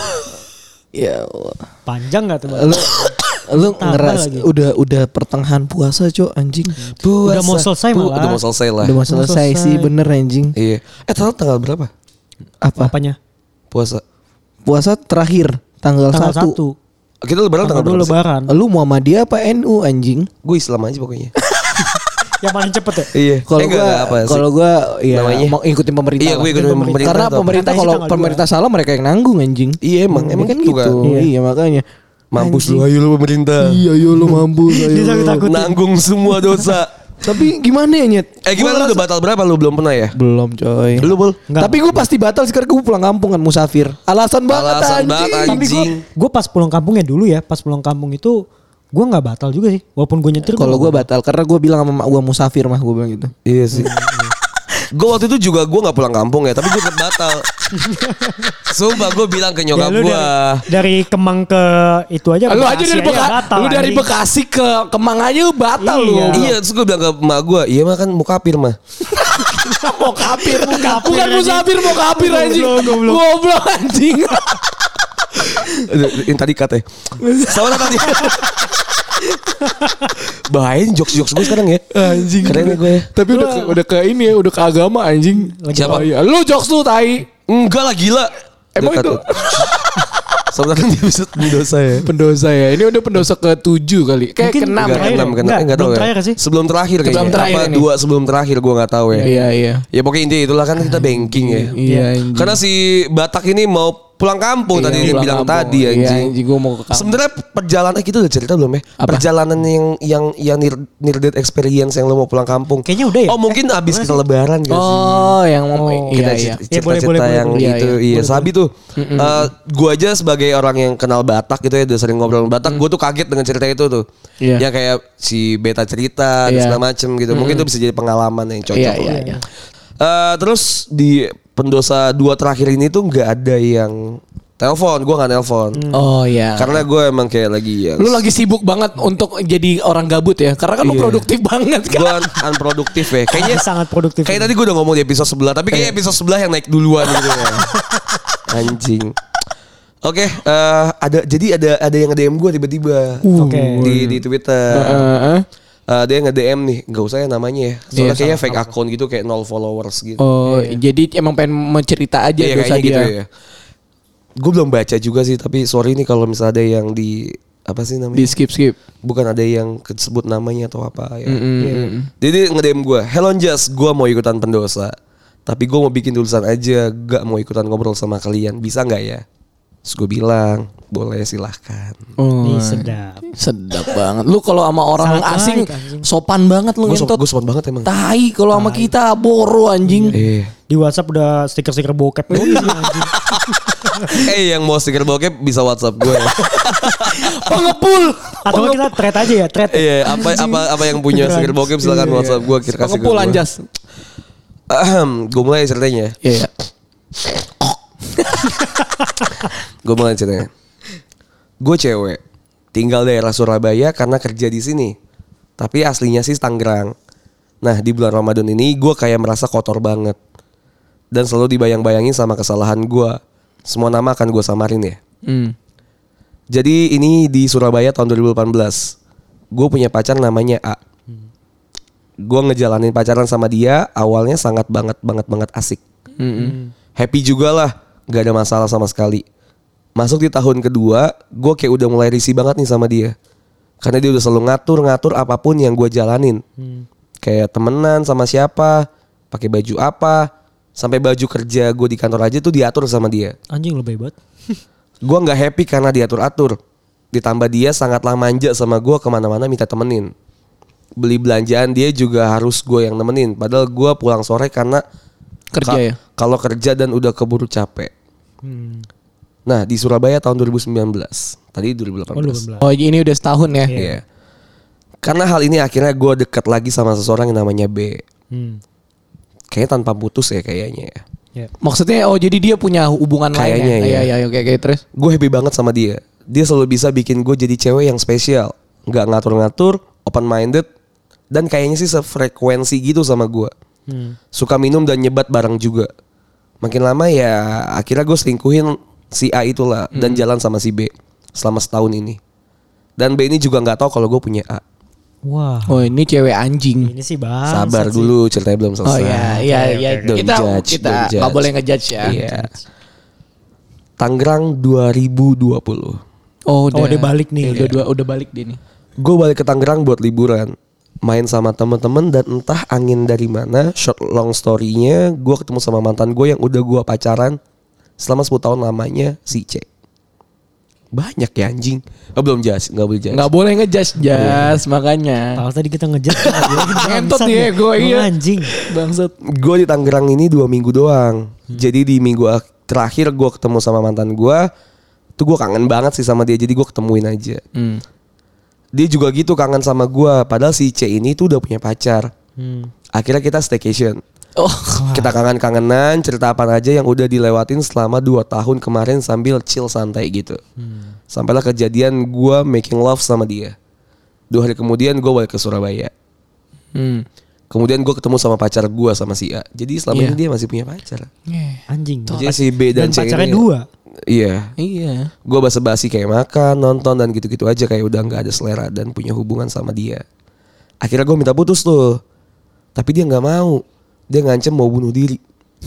Ya Allah. Panjang gak tuh? Lu ngeras udah pertengahan puasa cok anjing. Udah mau selesai malah. Udah mau selesai lah. Udah mau selesai sih bener anjing. Iya. Tanggal berapa? Apanya? Puasa terakhir tanggal 1. Kita lebaran tanggal berapa? Lebaran. Lu Muhammadiyah apa NU anjing? Gue Islam aja pokoknya. Yang paling cepet ya? Iya. Kalau gua ya mau ikutin pemerintah. Iya, gue ikutin pemerintah. Karena pemerintah kalau pemerintah salah mereka yang nanggung anjing. Iya emang kan gitu. Kan? Iya makanya. Mampus lu, ayo lu pemerintah. Iya, ayo lu mampus. Nanggung semua dosa. Tapi gimana ya Nyet? Gimana lu udah batal berapa? Lu belum pernah ya? Belum coy. Lu Bul? Tapi gue pasti batal sekarang gue pulang kampung kan musafir. Alasan banget anjing. Gue pas pulang kampungnya dulu ya. Pas pulang kampung itu gue gak batal juga sih. Walaupun gue nyetir. Kalau gue batal karena gue bilang sama mak gue musafir mah gue bilang gitu. Iya sih. Gue waktu itu juga gue gak pulang kampung ya. Tapi gue tetap batal. Sumpah gue bilang ke nyokap gue. Dari Kemang ke itu aja. Lu aja dari Bekasi. Lu dari Bekasi ke Kemang aja batal lu. Iya terus gue bilang ke emak gue. Iya mah kan mau kapir mah. Mau kapir. Bukan musafir mau kapir anjing. Goblok anjing. Yang tadi kata sama tadi. Bahaya jokes gue sekarang ya. Anjing. Keren ya gue ya. Tapi udah ke ini ya, udah ke agama anjing. Siapa? Lu jokes lu tai. Enggak lah gila. Emang itu. Sebenarnya dia bisa pendosa ya. Pendosa ya. Ini udah pendosa ke-7 kali. Kayak ke-6 ya. Enggak tahu ya. Sebelum terakhir kayaknya. Sebelum terakhir gue enggak tahu ya. Iya. Ya pokoknya intinya itulah kan kita banking ya. Iya. Karena si Batak ini mau pulang kampung tadi dia bilang tadi anjing. Iya, gue mau ke kampung. Sebenarnya perjalanan kita udah cerita belum ya? Perjalanan yang near death experience yang lo mau pulang kampung. Kayaknya udah ya. Oh mungkin abis kita lebaran gitu sih. Oh yang mau kita cerita yang itu. Iya Sabi tuh. Gue aja sebagai orang yang kenal Batak gitu ya, udah sering ngobrol Batak. Gue tuh kaget dengan cerita itu tuh. Ya kayak si Beta cerita dan segala macem gitu. Mungkin itu bisa jadi pengalaman yang cocok. Iya. Terus di pendosa 2 terakhir ini tuh nggak ada yang telepon, gue nggak telepon. Oh iya. Karena gue emang kayak lagi ya. Lu lagi sibuk banget untuk jadi orang gabut ya. Karena kan lu produktif banget kan. Gue unproduktif ya. Kayaknya sangat produktif. Kayak tadi gue udah ngomong di episode sebelah, tapi kayak episode sebelah yang naik duluan gitu ya. Anjing. Oke, ada yang nge-DM gue tiba-tiba. Di Twitter. Dia nge-DM nih, nggak usah ya namanya ya. Soalnya kayaknya fake account gitu, kayak 0 followers gitu. Oh, jadi emang pengen mencerita aja dosa dia. Gitu ya. Gue belum baca juga sih, tapi sorry nih kalau misalnya ada yang di apa sih namanya? Di skip. Bukan ada yang kesebut namanya atau apa ya. Jadi nge-DM gue, "Hello Jas, gue mau ikutan pendosa. Tapi gue mau bikin tulisan aja, gak mau ikutan ngobrol sama kalian. Bisa nggak ya?" Terus gue bilang, boleh silahkan. Ini sedap banget. Lu kalau sama orang asing sopan banget lu ngentot. Gue sopan banget emang. Tai kalau sama kita boro anjing. Di WhatsApp udah stiker-stiker bokep doang sih anjing. Yang mau stiker bokep bisa WhatsApp gue. Pengepul. Atau kita thread aja ya, thread. Iya, apa yang punya stiker bokep silakan WhatsApp gue, kasih gue. Pengepul anjas. Gue mulai ceritanya. Iya. Gue mulai ceritanya. Gue cewek, tinggal daerah Surabaya karena kerja di sini. Tapi aslinya sih Tangerang. Nah di bulan Ramadan ini gue kayak merasa kotor banget. Dan selalu dibayang-bayangin sama kesalahan gue. Semua nama akan gue samarin ya. Jadi ini di Surabaya tahun 2018. Gue punya pacar namanya A. Gue ngejalanin pacaran sama dia. Awalnya sangat banget asik. Happy juga lah. Gak ada masalah sama sekali. Masuk di tahun kedua, gue kayak udah mulai risih banget nih sama dia. Karena dia udah selalu ngatur apapun yang gue jalanin. Kayak temenan sama siapa, pakai baju apa, sampai baju kerja gue di kantor aja tuh diatur sama dia. Anjing lebih banget. Gue gak happy karena diatur-atur. Ditambah dia sangatlah manja sama gue, kemana-mana minta temenin. Beli belanjaan dia juga harus gue yang nemenin. Padahal gue pulang sore karena kerja ya. Kalau kerja dan udah keburu capek. Nah di Surabaya tahun 2019. Tadi 2018. Oh ini udah setahun ya. Iya. Karena hal ini akhirnya gue dekat lagi sama seseorang yang namanya B. Kayaknya tanpa putus ya kayaknya ya. Maksudnya jadi dia punya hubungan kayaknya lain ya. Iya oke terus. Gue happy banget sama dia. Dia selalu bisa bikin gue jadi cewek yang spesial. Gak ngatur-ngatur, open minded. Dan kayaknya sih sefrekuensi gitu sama gue. Suka minum dan nyebat bareng juga. Makin lama ya akhirnya gue selingkuhin si A itulah dan jalan sama si B selama setahun ini. Dan B ini juga nggak tahu kalau gue punya A. Wah. Oh ini cewek anjing. Ini sih bang. Sabar dulu, ceritanya belum selesai. Oh iya. Don't Kita judge. nggak boleh ngejudge ya. Iya. Tangerang 2020. Oh dia balik nih. Udah balik dia nih. Gue balik ke Tangerang buat liburan, main sama temen-temen dan entah angin dari mana. Short long story-nya, gue ketemu sama mantan gue yang udah gue pacaran selama 10 tahun lamanya, si C. Banyak ya anjing. Oh, belum judge, nggak boleh judge. Nggak boleh ngejudge jas makanya. Kalau tadi kita ngejat Ngentot ya gue iya. Anjing. Bangsat. Gue di Tangerang ini 2 minggu doang. Jadi di minggu terakhir gue ketemu sama mantan gue, tuh gue kangen banget sih sama dia. Jadi gue ketemuin aja. Dia juga gitu kangen sama gue. Padahal si C ini tuh udah punya pacar. Akhirnya kita staycation. Oh. Kita kangen-kangenan, cerita apa aja yang udah dilewatin selama 2 tahun kemarin sambil chill santai gitu. Sampailah kejadian gue making love sama dia. 2 hari kemudian gue balik ke Surabaya. Kemudian gue ketemu sama pacar gue sama si A. Jadi selama ini dia masih punya pacar. Anjing. Jadi si B dan C pacarnya ini 2. Iya. Gue basa-basi kayak makan, nonton dan gitu-gitu aja, kayak udah nggak ada selera dan punya hubungan sama dia. Akhirnya gue minta putus tuh, tapi dia nggak mau. Dia ngancem mau bunuh diri.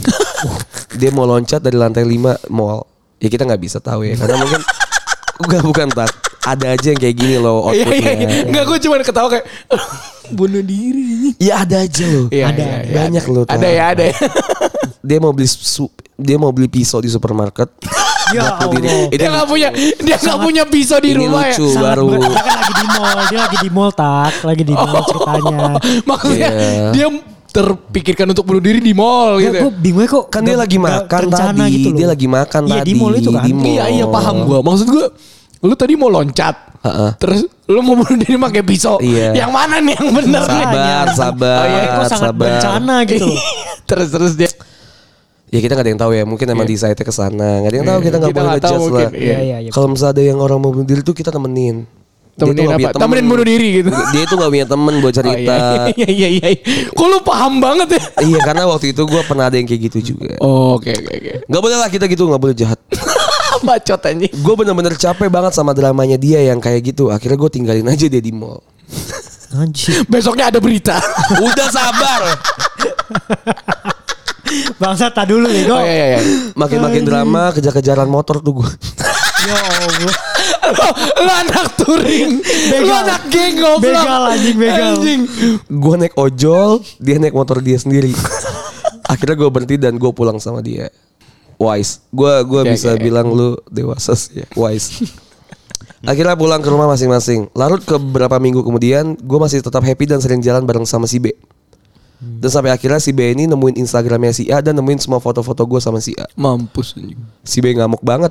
Dia mau loncat dari lantai 5 mall. Ya kita nggak bisa tahu ya, karena mungkin bukan tak. Ada aja yang kayak gini loh outputnya. Enggak, gue cuma ketawa kayak bunuh diri. Ya ada aja loh. Ada banyak loh. Ada ya. Dia mau beli pisau di supermarket. Ya Allah. Dia nggak punya pisau di ini rumah lucu, ya. baru. Dia kan lagi di mall. Dia lagi di mall lagi di mall ceritanya. Maksudnya dia terpikirkan untuk bunuh diri di mall Ya gitu. gue bingungnya kok. Kan dia lagi makan terencana tadi. gitu loh. Dia lagi makan Iya, tadi. di mall itu kan. Di mall. Iya paham gue. Maksud gue, lu tadi mau loncat. Terus lu mau bunuh diri pakai pisau. Iya. Yang mana nih yang benar nih? Sabar. Oh, iya, kok sangat berencana gitu loh. Terus dia. Ya kita gak ada yang tahu ya. Mungkin emang desainnya kesana. Gak ada yang tahu. Kita gak Kita boleh nggak tahu ngejudge lah. mungkin, Iya. Kalau misalnya ada yang orang mau bunuh diri tuh kita temenin. Temenin apa? Temenin bunuh diri gitu. Dia tuh gak punya temen buat cerita. Iya. Kok lu paham banget ya? Iya, karena waktu itu gue pernah ada yang kayak gitu juga. Oke. Gak boleh lah kita gitu. Gak boleh jahat. Bacot anjing. Gue bener-bener capek banget sama dramanya dia yang kayak gitu. Akhirnya gue tinggalin aja dia di mall. Anjing. Besoknya ada berita. Udah sabar. Bangsa tak dulu nih kok. Iya. Makin drama, kejar-kejaran motor tuh gue. Ya Allah. Lu anak touring. Lu anak geng goblok. Begal anjing. Gue naik ojol, dia naik motor dia sendiri. Akhirnya gue berhenti dan gue pulang sama dia. Wise. Gue bisa bilang lu dewasa sih ya. Wise. Akhirnya pulang ke rumah masing-masing. Larut ke beberapa minggu kemudian, gue masih tetap happy dan sering jalan bareng sama si B. Dan sampai akhirnya si B ini nemuin Instagramnya si A dan nemuin semua foto-foto gue sama si A. Mampus anjing. Si B ngamuk banget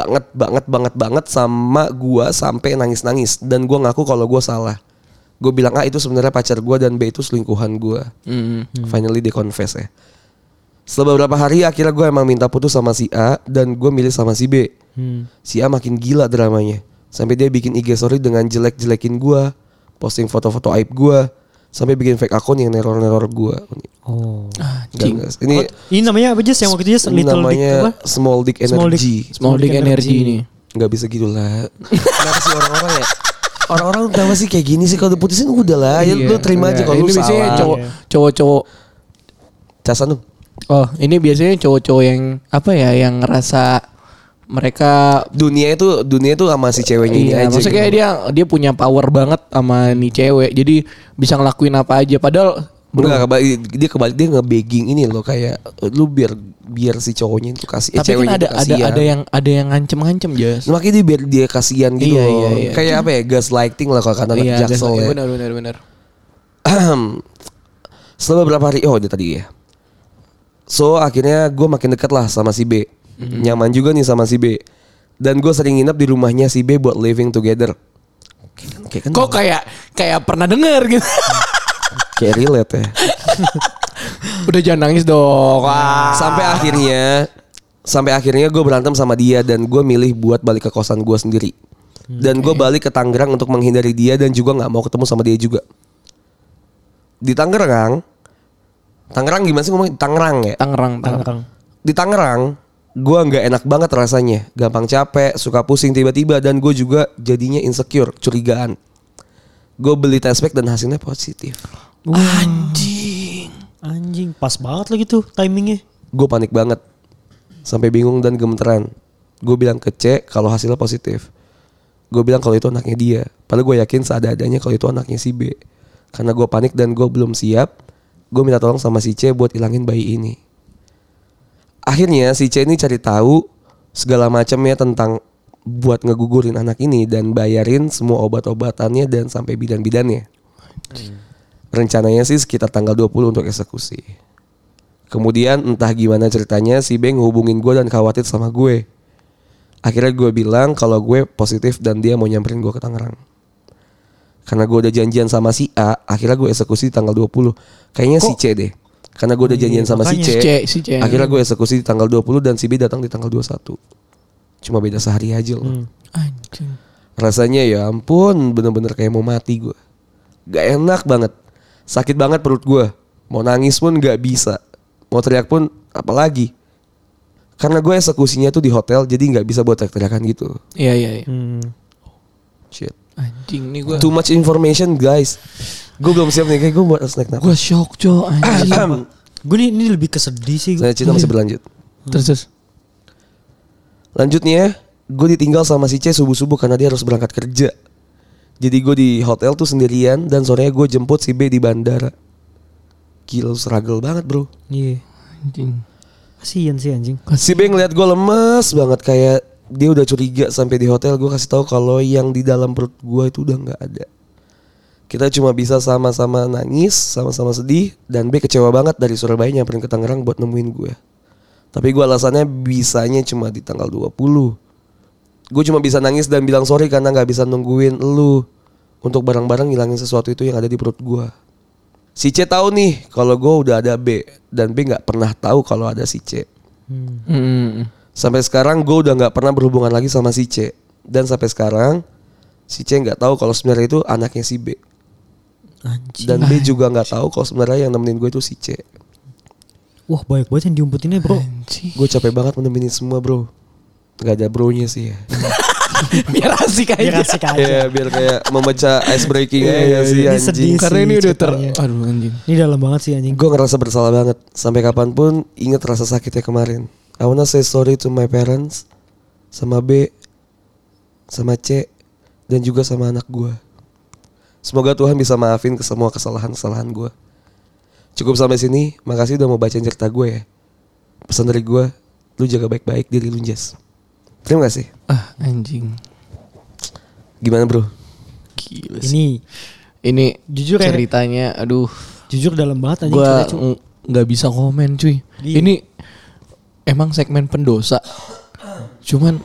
sama gue sampai nangis-nangis. Dan gue ngaku kalau gue salah. Gue bilang A itu sebenarnya pacar gue dan B itu selingkuhan gue. Finally dia confess ya. Setelah beberapa hari akhirnya gue emang minta putus sama si A dan gue milih sama si B. Si A makin gila dramanya. Sampai dia bikin IG story dengan jelek-jelekin gue, posting foto-foto aib gue, sampai bikin fake akun yang neror-neror gue. Oh. Ini namanya apa Jess yang waktu itu Little namanya Dick apa? Small Dick Energy. Small Dick Energy ini. Nggak bisa gitu lah. Kenapa sih orang-orang ya? Orang-orang kenapa sih kayak gini sih? Kalau diputusin udah lah. Ya lu terima aja kalau lu ini biasanya salah. cowok-cowok. Casan tuh. Oh ini biasanya cowok-cowok yang apa ya, yang ngerasa mereka dunia itu sama si ceweknya ini aja. Maksudnya kayak gitu. dia punya power banget sama nih cewek. Jadi bisa ngelakuin apa aja. Padahal dia kebalik dia nge-begging ini loh, kayak lu biar si cowoknya itu kasih. Tapi kan ada yang ngancem Jas. Makanya dia biar dia kasihan gitu loh. Iya. Kayak apa ya, gaslighting lah kalau kata anak Jaksel ya. Benar. Setelah beberapa hari, dia tadi ya. So akhirnya gue makin dekat lah sama si B. Nyaman juga nih sama si B. Dan gue sering nginep di rumahnya si B buat living together. Kok kayak pernah denger gitu. Kayak relate ya. Udah jangan nangis dong. Sampai akhirnya gue berantem sama dia dan gue milih buat balik ke kosan gue sendiri. Dan gue balik ke Tangerang untuk menghindari dia dan juga nggak mau ketemu sama dia juga. Di Tangerang gimana sih ngomong? Tangerang ya? Tangerang. Di Tangerang gue nggak enak banget rasanya, gampang capek, suka pusing tiba-tiba, dan gue juga jadinya insecure, curigaan. Gue beli test pack dan hasilnya positif. Anjing, pas banget lagi tuh timingnya. Gue panik banget, sampai bingung dan gemeteran. Gue bilang ke C kalau hasilnya positif. Gue bilang kalau itu anaknya dia. Padahal gue yakin seadanya kalau itu anaknya si B. Karena gue panik dan gue belum siap, gue minta tolong sama si C buat ilangin bayi ini. Akhirnya si C ini cari tahu segala macamnya tentang buat ngegugurin anak ini dan bayarin semua obat-obatannya dan sampai bidan-bidannya. Rencananya sih sekitar tanggal 20 untuk eksekusi. Kemudian entah gimana ceritanya si B ngehubungin gue dan khawatir sama gue. Akhirnya gue bilang kalau gue positif dan dia mau nyamperin gue ke Tangerang. Karena gue udah janjian sama si A, akhirnya gue eksekusi di tanggal 20. Kayaknya si C deh. Karena gue udah janjian sama si C, akhirnya gue eksekusi di tanggal 20 dan si B datang di tanggal 21. Cuma beda sehari aja loh. Anjing. Rasanya ya ampun, bener-bener kayak mau mati gue. Gak enak banget. Sakit banget perut gue. Mau nangis pun gak bisa. Mau teriak pun apalagi. Karena gue eksekusinya tuh di hotel, jadi gak bisa buat teriak-teriakan gitu. Iya. Shit. Anjing nih gue. Too much information guys. Gue belum siap nih, kayak gue buat snack napa. Gue shock coy. Anjing. Gue ini lebih kesedih sih. Saya cerita masih berlanjut. Terus. Lanjutnya, gue ditinggal sama si C subuh-subuh karena dia harus berangkat kerja. Jadi gue di hotel tuh sendirian dan sorenya gue jemput si B di bandara. Gila, struggle banget bro. Iya. Anjing. Kasian sih anjing. Si B ngeliat gue lemes banget, kayak dia udah curiga. Sampai di hotel gue kasih tahu kalau yang di dalam perut gue itu udah nggak ada. Kita cuma bisa sama-sama nangis, sama-sama sedih, dan B kecewa banget dari Surabaya nyamperin ke Tangerang buat nemuin gue. Tapi gue alasannya bisanya cuma di tanggal 20. Gue cuma bisa nangis dan bilang sorry karena gak bisa nungguin lu untuk bareng-bareng ngilangin sesuatu itu yang ada di perut gue. Si C tahu nih kalau gue udah ada B, dan B gak pernah tahu kalau ada si C. Sampai sekarang gue udah gak pernah berhubungan lagi sama si C. Dan sampai sekarang si C gak tahu kalau sebenarnya itu anaknya si B. Anjing. Dan B juga gak tahu kalau sebenarnya yang nemenin gue itu si C. Wah, banyak banget yang diumpetinnya bro. Gue capek banget menemenin semua bro. Gak ada bronya sih ya. Biar asik aja. Biar asik aja. Ya biar kayak memecah ice breaking aja sih Ini anjing. sedih Karena sih ini udah ceritanya. aduh anjing. Ini dalam banget sih anjing. Gue ngerasa bersalah banget. Sampai kapanpun inget rasa sakitnya kemarin. I wanna say sorry to my parents, sama B, sama C, dan juga sama anak gue. Semoga Tuhan bisa maafin ke semua kesalahan-kesalahan gue. Cukup sampai sini. Makasih udah mau bacain cerita gue ya. Pesan dari gue, lu jaga baik-baik diri lu Jas. Terima kasih. Anjing. Gimana bro? Gila sih. Ini Ini jujur ya, ceritanya aduh. jujur dalam banget anjing. Gua cerita, Cuk. nggak bisa komen cuy. Iya. Ini emang segmen pendosa. Cuman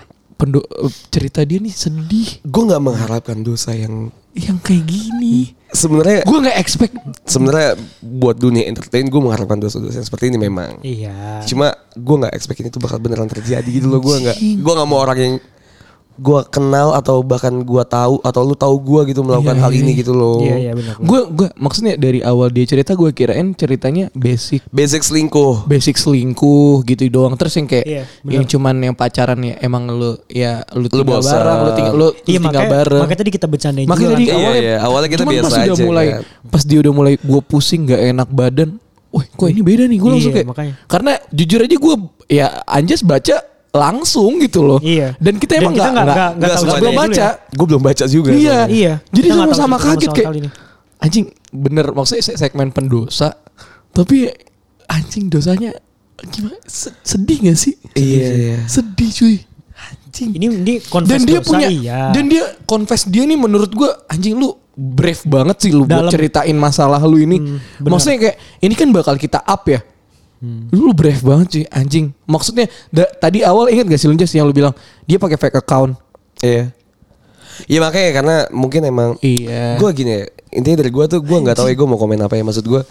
cerita dia nih sedih. Gue nggak mengharapkan dosa yang Kayak gini. sebenarnya. Gue nggak expect. Sebenarnya buat dunia entertain gue mengharapkan dosa-dosa yang seperti ini memang. Iya. Cuma gue nggak expect ini tuh bakal beneran terjadi gitu loh. Gue Anjing. nggak mau orang yang gue kenal atau bahkan gue tahu atau lu tahu gue gitu melakukan hal ini gitu loh. Iya benar. Gue maksudnya dari awal dia cerita gue kirain ceritanya basic Basic selingkuh gitu doang. Terus yang kayak Iya, yang cuman yang pacaran ya emang lu tinggal bosan. bareng, lu tinggal bareng. Makanya tadi kita bercandain Makanya juga. tadi kan. awalnya kita cuman biasa pas udah aja mulai, kan. pas dia udah mulai gue pusing gak enak badan. Wah kok ini beda nih. Gue langsung Iya, kayak makanya. karena jujur aja gue ya Anjas baca langsung gitu loh. Iya. Dan kita Dan emang kita nggak Nggak tahu semuanya belum dulu baca. ya. Gue belum baca juga. Iya. soalnya. Iya. Jadi Kita nggak tahu sama-sama cerita kaget sama kayak sekali nih. anjing bener maksudnya segmen pendosa. Tapi anjing dosanya gimana? Sedih gak sih? Iya. Sedih cuy. Anjing. Ini confess Dan dia dosa, punya iya. dan dia confess dia nih menurut gue anjing lu brave banget sih lu Dalam. buat ceritain masalah lu ini. Benar. Maksudnya kayak ini kan bakal kita up ya. Lu brave banget sih anjing. Maksudnya tadi awal ingat gak sih lu Jas yang lu bilang dia pakai fake account. Iya. Iya makanya karena mungkin emang Iya. gue gini ya, intinya dari gue tuh gue nggak tahu ya gue mau komen apa ya, maksud gue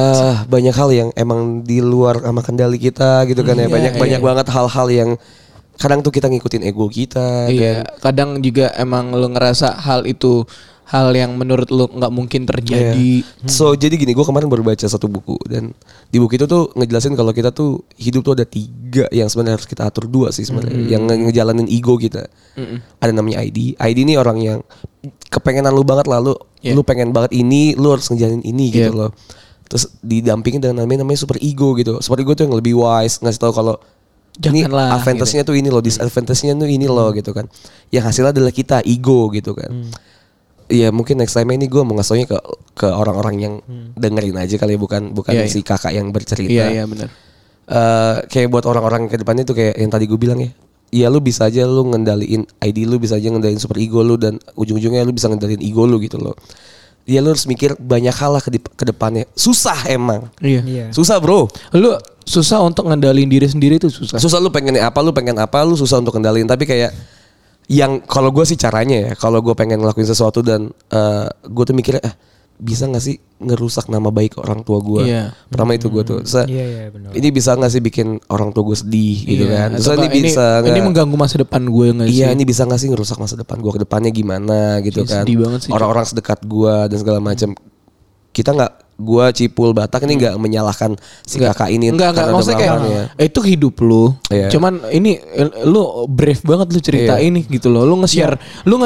banyak hal yang emang di luar sama kendali kita gitu kan ya, Iya, banyak iya. banget hal-hal yang kadang tuh kita ngikutin ego kita. Iya, kadang juga emang lo ngerasa hal itu hal yang menurut lo nggak mungkin terjadi. So jadi gini, gue kemarin baru baca satu buku dan di buku itu tuh ngejelasin kalau kita tuh hidup tuh ada 3 yang sebenarnya harus kita atur, 2 sih sebenarnya yang ngejalanin ego kita. Ada namanya ID. ID ini orang yang kepengenan lu banget lalu lu pengen banget ini, lu harus ngejalanin ini gitu loh. Terus didampingin dengan namanya super ego gitu. Super ego tuh yang lebih wise, ngasih tahu kalau ini Janganlah, advantage-nya tuh ini loh, disadvantage-nya tuh ini loh gitu kan. Yang hasilnya adalah kita ego gitu kan. Iya mungkin next time ini gue mau ngasihnya ke orang-orang yang dengerin aja kali, bukan si kakak yang bercerita. Iya benar. Kayak buat orang-orang ke depannya tuh kayak yang tadi gue bilang ya. Iya lu bisa aja lu ngendaliin ID lu, bisa aja ngendaliin super ego lu, dan ujung-ujungnya lu bisa ngendaliin ego lu gitu loh. Dia lu harus mikir banyak hal lah ke depannya. Susah emang. Iya. Susah bro. Lu susah untuk ngendalin diri sendiri itu susah. Susah lu pengen apa, lu susah untuk ngendaliin. Tapi kayak yang kalau gue sih caranya ya, kalau gue pengen ngelakuin sesuatu dan gue tuh mikirnya bisa gak sih ngerusak nama baik orang tua gue. Pertama itu gue tuh benar. ini bisa gak sih bikin orang tua gue sedih gitu kan. Terus ini mengganggu masa depan gue gak sih? Iya, ini bisa gak sih ngerusak masa depan gue ke depannya gimana gitu kan. Sedih banget sih, orang-orang sedekat gue dan segala macam. Kita gue Cipul Batak ini gak menyalahkan si kakak ini. Enggak, maksudnya kayak itu hidup lu. Cuman ini lu brave banget lu cerita ini gitu loh. Lu nge-share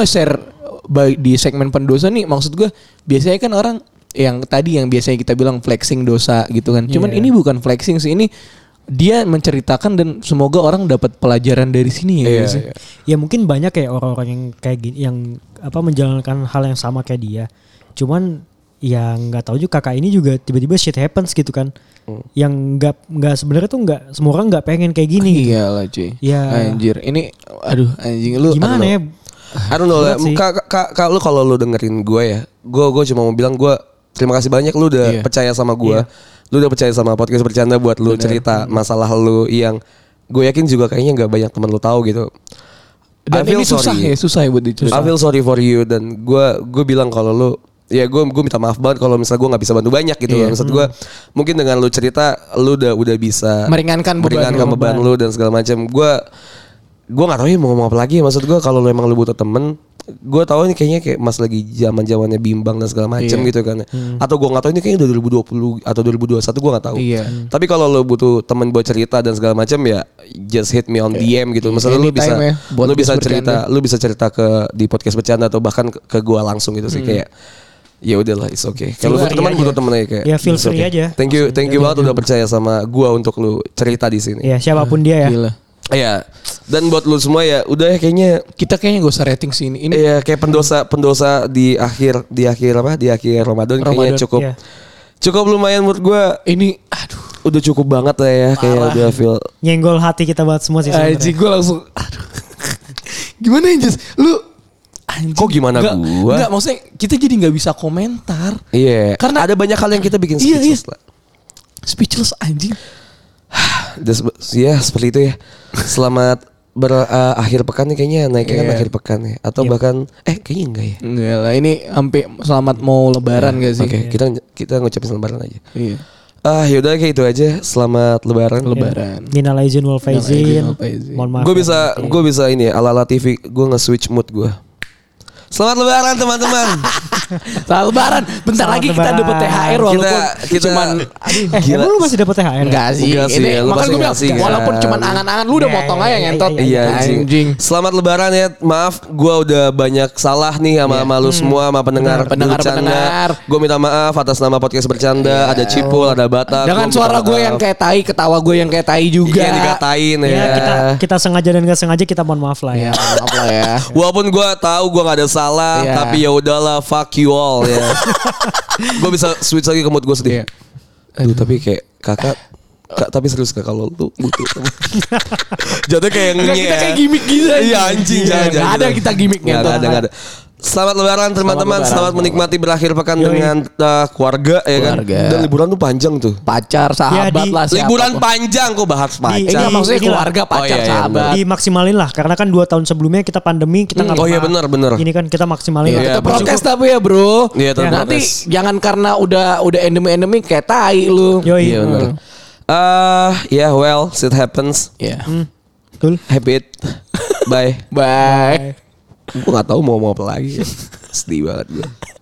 di segmen pendosa nih, maksud gue biasanya kan orang yang tadi yang biasanya kita bilang flexing dosa gitu kan. Cuman ini bukan flexing sih, ini dia menceritakan dan semoga orang dapat pelajaran dari sini ya. Ya mungkin banyak kayak orang-orang yang kayak gini yang menjalankan hal yang sama kayak dia. Cuman yang nggak tahu juga kakak ini juga tiba-tiba shit happens gitu kan. Yang nggak sebenarnya tuh nggak semua orang nggak pengen kayak gini. Iyalah cuy. Ya. Anjir, ini anjing lu gimana ya? I don't know. Kak lu kalau lu dengerin gue ya, gue cuma mau bilang gue terima kasih banyak lu udah percaya sama gue. Lu udah percaya sama podcast bercanda buat lu cerita masalah lu yang gue yakin juga kayaknya nggak banyak teman lu tahu gitu. Dan ini susah ya buat dicerita. I feel sorry for you, dan gue bilang kalau lu ya gue minta maaf banget kalau misalnya gue nggak bisa bantu banyak gitu. Maksud gue mungkin dengan lu cerita lu udah bisa meringankan beban lu dan segala macam. Gue nggak tahu ya mau ngomong apa lagi. Maksud gue kalau lu emang lu butuh temen, gue tahu ini kayaknya kayak mas lagi zamannya bimbang dan segala macam gitu kan. Atau gue nggak tahu ini kayaknya udah 2020 atau 2021, gue nggak tahu. Tapi kalau lu butuh temen buat cerita dan segala macam ya just hit me on DM gitu. Misalnya lu bisa cerita di podcast bercanda atau bahkan ke gue langsung gitu sih kayak. Ya udahlah, it's okay. Kalau butuh teman aja kayak. Ya feel free aja. Thank you banget udah percaya sama gua untuk lu cerita di sini. Ya siapapun dia ya. Gila. Iya. Dan buat lu semua ya udah kayaknya kita gak usah rating sih ini. Iya, kayak pendosa di akhir Ramadan kayaknya cukup lumayan menurut gua. Ini udah cukup banget lah ya. Kayak udah feel nyenggol hati kita banget semua sih sebenarnya. Gue langsung gimana ya Jess? Lu anjing, kok gimana gua? Enggak, maksudnya kita jadi gak bisa komentar. Iya. Karena ada banyak hal yang kita bikin speechless lah. Speechless anjing. Ya seperti itu ya. Selamat akhir pekan nih kayaknya naiknya kan akhir pekan ya. Atau bahkan kayaknya enggak ya. Enggak lah, ini sampai selamat mau lebaran gak sih? Oke, kita ngucapin selamat lebaran aja. Iya. Yaudah kayak itu aja. Selamat lebaran. Minal aizin wal faizin. Mohon maaf. Gue bisa ini ya, ala-ala TV gue nge-switch mood gue. Selamat lebaran teman-teman. Selamat lebaran. Bentar lagi kita dapat THR walaupun kita cuman emang lu masih dapat THR? Enggak sih. Makanya gue bilang walaupun cuman angan-angan lu udah potong aja ngentot. Iya anjing. Selamat lebaran ya. Maaf gue udah banyak salah nih sama lu semua, sama pendengar. Gue minta maaf atas nama podcast bercanda. Ada Cipul, ada Batak. Dengan suara gue yang kayak tai, ketawa gue yang kayak tai juga. Iya dikatain ya. Kita sengaja dan gak sengaja kita mohon maaf lah ya. Maaf lah ya. Walaupun gue tahu gue gak ada salah, tapi ya udahlah, fuck you all ya. Gue bisa switch lagi ke mood gue sedih. Aduh, tapi kayak kakak tapi serius kak, kalau lu butuh jatuh kayak kita kayak gimmick gitu. Iya anjing, jangan. Ada kita gimmicknya. Gak ada. Selamat lebaran teman-teman. Selamat menikmati berakhir pekan dengan keluarga ya kan. Dan liburan tuh panjang tuh. Pacar, sahabat lah. Liburan panjang kok bahas pacar. Ini maksudnya keluarga, pacar, sahabat. Dimaksimalin lah karena kan 2 tahun sebelumnya kita pandemi, kita nggak. Oh iya benar. Ini kan kita maksimalin. Kita prokes tapi ya bro. Nanti jangan karena udah endemi kayak tai lu. Iya benar. Well, shit happens. Betul. Habit. Bye. Bye. Gue gak tahu mau apa lagi. Sedih banget gue.